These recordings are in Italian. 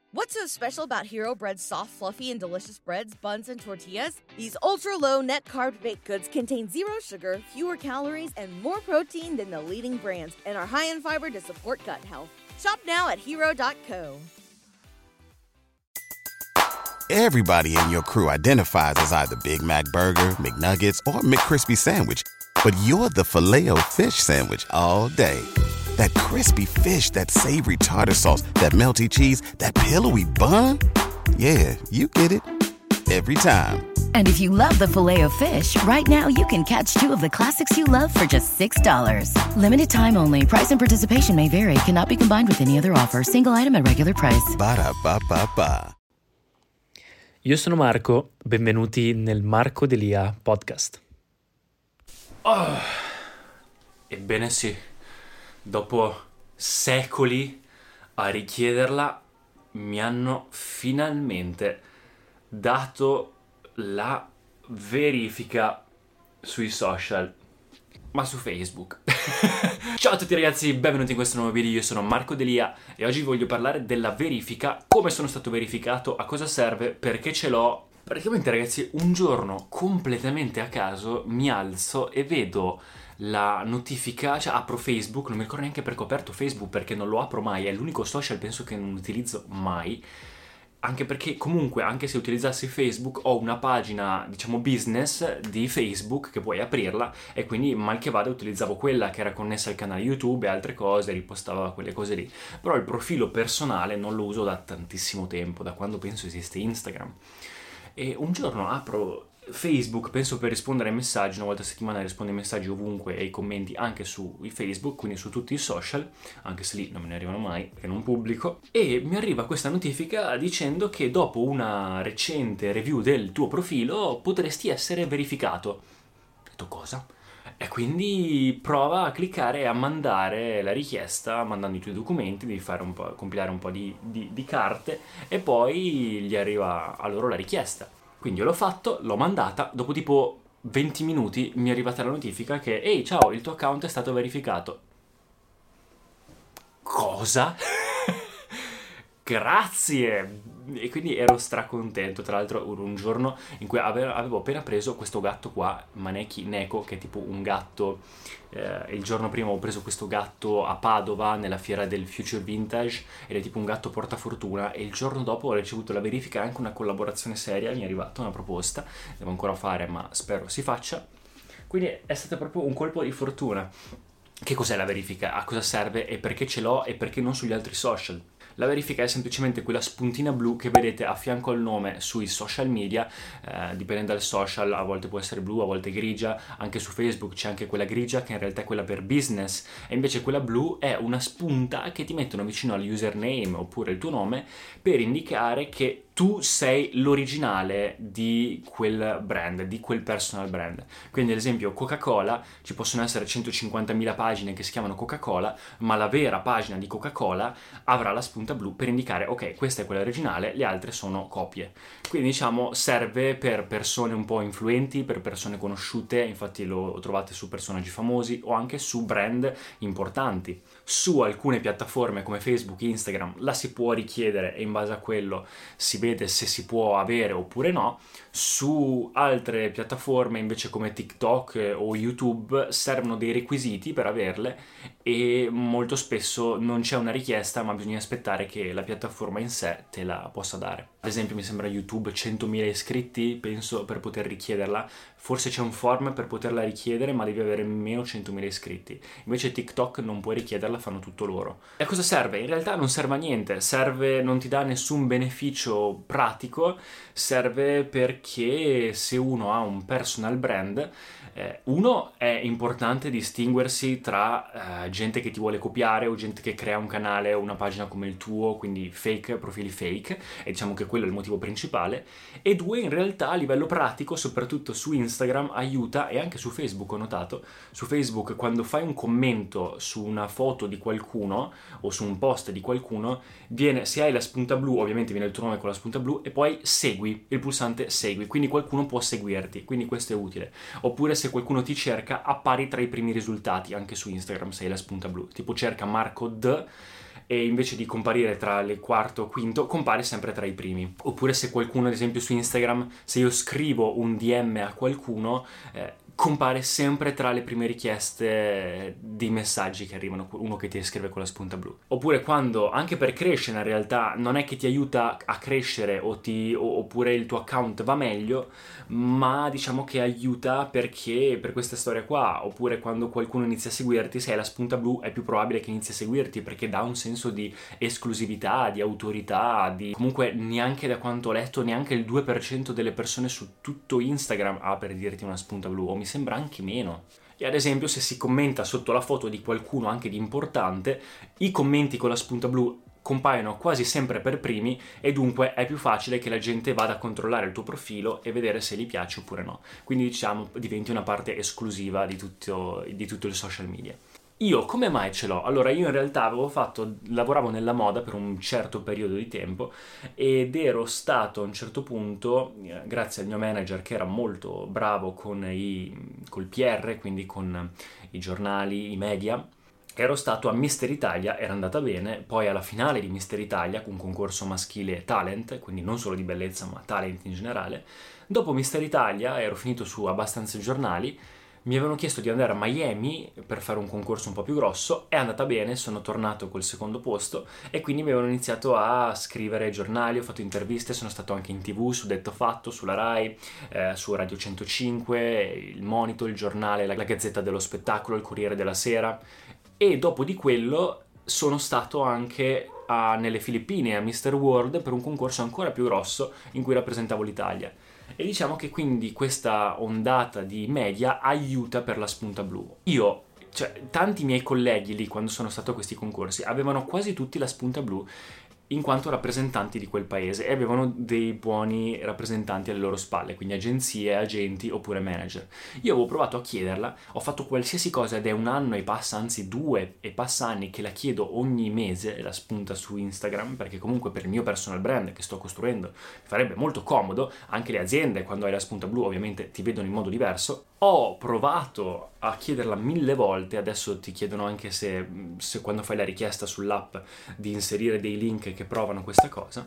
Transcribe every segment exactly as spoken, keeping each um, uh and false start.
What's so special about Hero Bread's soft, fluffy, and delicious breads, buns, and tortillas? These ultra-low net-carb baked goods contain zero sugar, fewer calories, and more protein than the leading brands, and are high in fiber to support gut health. Shop now at hero dot co. Everybody in your crew identifies as either Big Mac Burger, McNuggets, or McCrispy Sandwich, but you're the Filet-O-Fish Sandwich all day. That crispy fish, that savory tartar sauce, that melty cheese, that pillowy bun. Yeah, you get it. Every time. And if you love the Filet-O-Fish, right now you can catch two of the classics you love for just six dollars. Limited time only. Price and participation may vary. Cannot be combined with any other offer. Single item at regular price. Ba-da-ba-ba-ba. Io sono Marco, benvenuti nel Marco Delia podcast. Oh, ebbene sì. Dopo secoli a richiederla, mi hanno finalmente dato la verifica sui social, ma su Facebook. Ciao a tutti ragazzi, benvenuti in questo nuovo video. Io sono Marco Delia e oggi voglio parlare della verifica, come sono stato verificato, a cosa serve, perché ce l'ho. Praticamente ragazzi, un giorno completamente a caso mi alzo e vedo la notifica, cioè apro Facebook, non mi ricordo neanche perché ho aperto Facebook, perché non lo apro mai, è l'unico social penso che non utilizzo mai, anche perché comunque anche se utilizzassi Facebook ho una pagina diciamo business di Facebook che puoi aprirla e quindi mal che vada utilizzavo quella che era connessa al canale YouTube e altre cose, ripostava quelle cose lì, però il profilo personale non lo uso da tantissimo tempo, da quando penso esiste Instagram. E un giorno apro Facebook, penso per rispondere ai messaggi, una volta a settimana rispondo ai messaggi ovunque e ai commenti anche su Facebook, quindi su tutti i social, anche se lì non me ne arrivano mai perché non pubblico, e mi arriva questa notifica dicendo che dopo una recente review del tuo profilo potresti essere verificato. Ho detto cosa? E quindi prova a cliccare e a mandare la richiesta, mandando i tuoi documenti, devi fare un po', compilare un po' di, di, di carte e poi gli arriva a loro la richiesta. Quindi io l'ho fatto, l'ho mandata, dopo tipo venti minuti mi è arrivata la notifica che ehi ciao, il tuo account è stato verificato. Cosa? Grazie! E quindi ero stracontento. Tra l'altro un giorno in cui avevo appena preso questo gatto qua, Maneki Neko, che è tipo un gatto, eh, il giorno prima ho preso questo gatto a Padova nella fiera del Future Vintage ed è tipo un gatto portafortuna, e il giorno dopo ho ricevuto la verifica, anche una collaborazione seria, mi è arrivata una proposta, devo ancora fare ma spero si faccia, quindi è stato proprio un colpo di fortuna. Che cos'è la verifica? A cosa serve e perché ce l'ho e perché non sugli altri social? La verifica è semplicemente quella spuntina blu che vedete a fianco al nome sui social media, eh, dipende dal social, a volte può essere blu, a volte grigia, anche su Facebook c'è anche quella grigia che in realtà è quella per business, e invece quella blu è una spunta che ti mettono vicino all'username oppure il tuo nome per indicare che tu sei l'originale di quel brand, di quel personal brand. Quindi ad esempio Coca-Cola, ci possono essere centocinquantamila pagine che si chiamano Coca-Cola, ma la vera pagina di Coca-Cola avrà la spunta blu per indicare ok, questa è quella originale, le altre sono copie. Quindi diciamo serve per persone un po' influenti, per persone conosciute, infatti lo trovate su personaggi famosi o anche su brand importanti. Su alcune piattaforme come Facebook e Instagram la si può richiedere e in base a quello si vede se si può avere oppure no. Su altre piattaforme invece come TikTok o YouTube servono dei requisiti per averle e molto spesso non c'è una richiesta, ma bisogna aspettare che la piattaforma in sé te la possa dare. Ad esempio mi sembra YouTube centomila iscritti penso per poter richiederla, forse c'è un form per poterla richiedere ma devi avere meno centomila iscritti, invece TikTok non puoi richiederla, fanno tutto loro. E a cosa serve? In realtà non serve a niente, serve, non ti dà nessun beneficio pratico, serve perché se uno ha un personal brand, eh, uno è importante distinguersi tra eh, gente che ti vuole copiare o gente che crea un canale o una pagina come il tuo, quindi fake, profili fake, e diciamo che quello è il motivo principale, e due, in realtà a livello pratico, soprattutto su Instagram, aiuta, e anche su Facebook ho notato, su Facebook quando fai un commento su una foto di qualcuno o su un post di qualcuno, viene, se hai la spunta blu, ovviamente viene il tuo nome con la spunta blu e poi segui, il pulsante segui, quindi qualcuno può seguirti, quindi questo è utile. Oppure se qualcuno ti cerca appari tra i primi risultati anche su Instagram se hai la spunta blu, tipo cerca Marco D e invece di comparire tra il quarto o quinto compare sempre tra i primi. Oppure se qualcuno, ad esempio su Instagram, se io scrivo un D M a qualcuno, eh, compare sempre tra le prime richieste di messaggi che arrivano, uno che ti scrive con la spunta blu. Oppure quando, anche per crescere in realtà, non è che ti aiuta a crescere o ti, o, oppure il tuo account va meglio, ma diciamo che aiuta perché per questa storia qua, oppure quando qualcuno inizia a seguirti, se hai la spunta blu è più probabile che inizi a seguirti perché dà un senso di esclusività, di autorità, di comunque neanche, da quanto ho letto, neanche il due per cento delle persone su tutto Instagram ha, per dirti, una spunta blu, o mi sembra anche meno. E ad esempio se si commenta sotto la foto di qualcuno anche di importante, i commenti con la spunta blu compaiono quasi sempre per primi e dunque è più facile che la gente vada a controllare il tuo profilo e vedere se gli piace oppure no. Quindi diciamo diventi una parte esclusiva di tutto, di tutto il social media. Io come mai ce l'ho? Allora, io in realtà avevo fatto, lavoravo nella moda per un certo periodo di tempo ed ero stato a un certo punto, grazie al mio manager che era molto bravo con i, col P R, quindi con i giornali, i media, ero stato a Mister Italia, era andata bene, poi alla finale di Mister Italia, un concorso maschile talent, quindi non solo di bellezza ma talent in generale. Dopo Mister Italia ero finito su abbastanza giornali, mi avevano chiesto di andare a Miami per fare un concorso un po' più grosso, è andata bene, sono tornato col secondo posto e quindi mi avevano iniziato a scrivere giornali, ho fatto interviste, sono stato anche in tv, su Detto Fatto, sulla Rai, eh, su Radio centocinque, il Monitor, il giornale, la, la Gazzetta dello Spettacolo, il Corriere della Sera, e dopo di quello sono stato anche a, nelle Filippine a Mister World per un concorso ancora più grosso in cui rappresentavo l'Italia. E diciamo che quindi questa ondata di media aiuta per la spunta blu. Io, cioè, tanti miei colleghi lì quando sono stato a questi concorsi avevano quasi tutti la spunta blu in quanto rappresentanti di quel paese e avevano dei buoni rappresentanti alle loro spalle, quindi agenzie, agenti oppure manager. Io avevo provato a chiederla, ho fatto qualsiasi cosa ed è un anno e passa, anzi due e passa anni che la chiedo ogni mese, la spunta su Instagram, perché comunque per il mio personal brand che sto costruendo mi farebbe molto comodo, anche le aziende quando hai la spunta blu ovviamente ti vedono in modo diverso. Ho provato a chiederla mille volte, adesso ti chiedono anche se, se quando fai la richiesta sull'app di inserire dei link che provano questa cosa,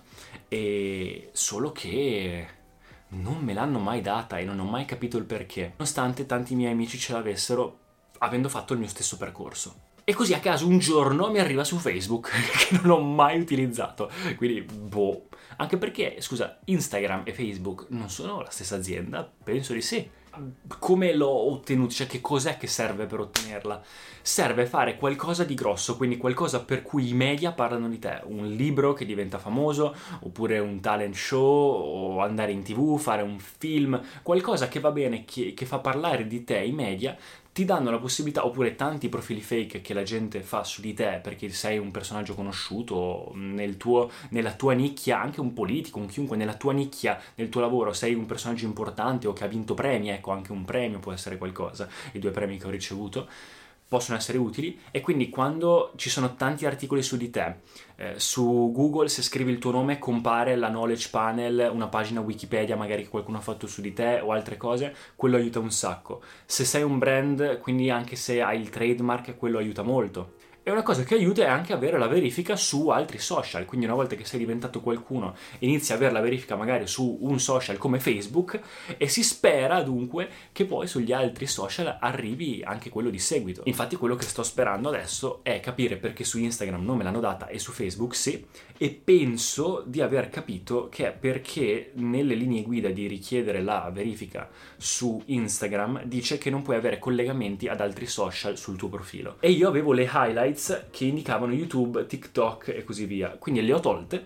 e solo che non me l'hanno mai data e non ho mai capito il perché, nonostante tanti miei amici ce l'avessero avendo fatto il mio stesso percorso. E così a caso un giorno mi arriva su Facebook che non ho mai utilizzato, quindi boh, anche perché, scusa, Instagram e Facebook non sono la stessa azienda? Penso di sì. Come l'ho ottenuta? Cioè, che cos'è che serve per ottenerla? Serve fare qualcosa di grosso, quindi qualcosa per cui i media parlano di te, un libro che diventa famoso, oppure un talent show, o andare in tv, fare un film, qualcosa che va bene, che, che fa parlare di te i media, ti danno la possibilità, oppure tanti profili fake che la gente fa su di te perché sei un personaggio conosciuto nel tuo, nella tua nicchia, anche un politico, un chiunque, nella tua nicchia, nel tuo lavoro sei un personaggio importante o che ha vinto premi, ecco, anche un premio può essere qualcosa, i due premi che ho ricevuto possono essere utili. E quindi quando ci sono tanti articoli su di te, eh, su Google se scrivi il tuo nome compare la knowledge panel, una pagina Wikipedia magari che qualcuno ha fatto su di te o altre cose, quello aiuta un sacco. Se sei un brand, quindi anche se hai il trademark, quello aiuta molto. E una cosa che aiuta è anche avere la verifica su altri social, quindi una volta che sei diventato qualcuno inizi a avere la verifica magari su un social come Facebook e si spera dunque che poi sugli altri social arrivi anche quello di seguito. Infatti quello che sto sperando adesso è capire perché su Instagram non me l'hanno data e su Facebook sì, e penso di aver capito che è perché nelle linee guida di richiedere la verifica su Instagram dice che non puoi avere collegamenti ad altri social sul tuo profilo. E io avevo le highlights che indicavano YouTube, TikTok e così via, quindi le ho tolte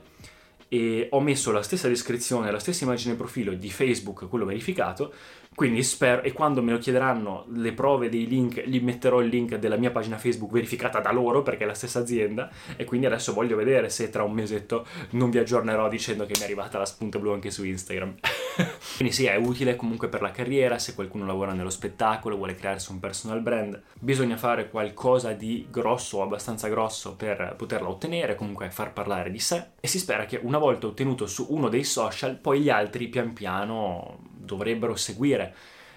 e ho messo la stessa descrizione, la stessa immagine profilo di Facebook, quello verificato, quindi spero, e quando me lo chiederanno le prove dei link gli metterò il link della mia pagina Facebook verificata da loro perché è la stessa azienda, e quindi adesso voglio vedere se tra un mesetto non vi aggiornerò dicendo che mi è arrivata la spunta blu anche su Instagram. Quindi sì, è utile comunque per la carriera, se qualcuno lavora nello spettacolo, vuole crearsi un personal brand, bisogna fare qualcosa di grosso o abbastanza grosso per poterla ottenere, comunque far parlare di sé, e si spera che una volta ottenuto su uno dei social poi gli altri pian piano dovrebbero seguire.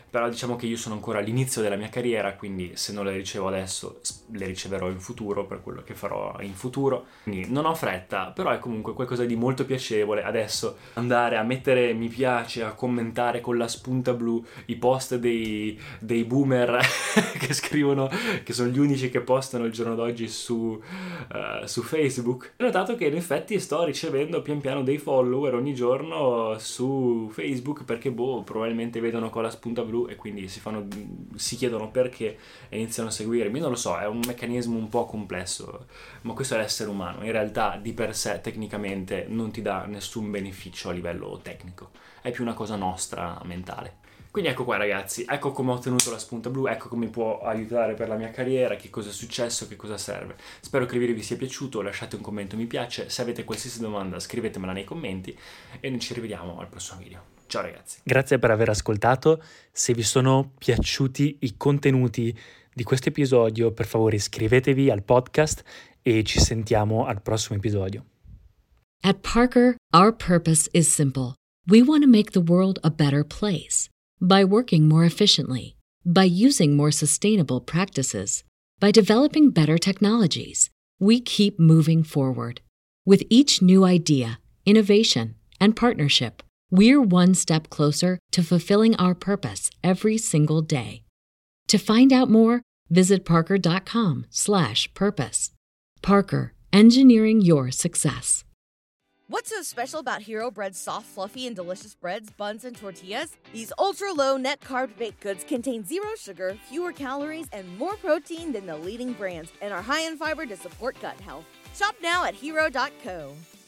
Però diciamo che io sono ancora all'inizio della mia carriera, quindi se non le ricevo adesso le riceverò in futuro per quello che farò in futuro. Quindi non ho fretta, però è comunque qualcosa di molto piacevole adesso andare a mettere mi piace, a commentare con la spunta blu i post dei, dei boomer che scrivono, che sono gli unici che postano il giorno d'oggi su, uh, su Facebook. Ho notato che in effetti sto ricevendo pian piano dei follower ogni giorno su Facebook perché boh, probabilmente vedono con la spunta blu e quindi si fanno, si chiedono perché e iniziano a seguirmi. Non lo so, è un meccanismo un po' complesso, ma questo è l'essere umano. In realtà di per sé tecnicamente non ti dà nessun beneficio a livello tecnico, è più una cosa nostra mentale. Quindi ecco qua ragazzi, ecco come ho ottenuto la spunta blu, ecco come può aiutare per la mia carriera, che cosa è successo, che cosa serve. Spero che il video vi sia piaciuto, lasciate un commento mi piace, se avete qualsiasi domanda scrivetemela nei commenti e noi ci rivediamo al prossimo video. Ciao ragazzi. Grazie per aver ascoltato. Se vi sono piaciuti i contenuti di questo episodio, per favore iscrivetevi al podcast e ci sentiamo al prossimo episodio. At Parker, our purpose is simple. We want to make the world a better place by working more efficiently, by using more sustainable practices, by developing better technologies. We keep moving forward. With each new idea, innovation, and partnership, we're one step closer to fulfilling our purpose every single day. To find out more, visit parker.com slash purpose. Parker, engineering your success. What's so special about Hero Bread's soft, fluffy, and delicious breads, buns, and tortillas? These ultra-low net-carb baked goods contain zero sugar, fewer calories, and more protein than the leading brands, and are high in fiber to support gut health. Shop now at hero dot co.